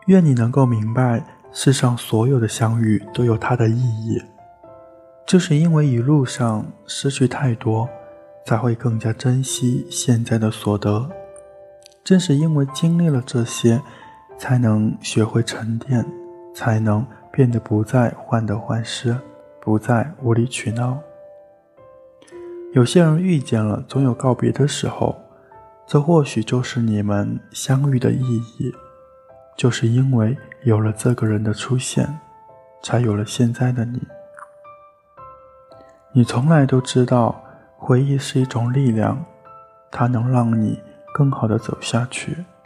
愿你能够明白，世上所有的相遇都有它的意义，就是因为一路上失去太多，才会更加珍惜现在的所得。正是因为经历了这些，才能学会沉淀，才能变得不再患得患失，不再无理取闹。有些人遇见了，总有告别的时候，这或许就是你们相遇的意义。就是因为有了这个人的出现，才有了现在的你。你从来都知道，回忆是一种力量，它能让你更好地走下去。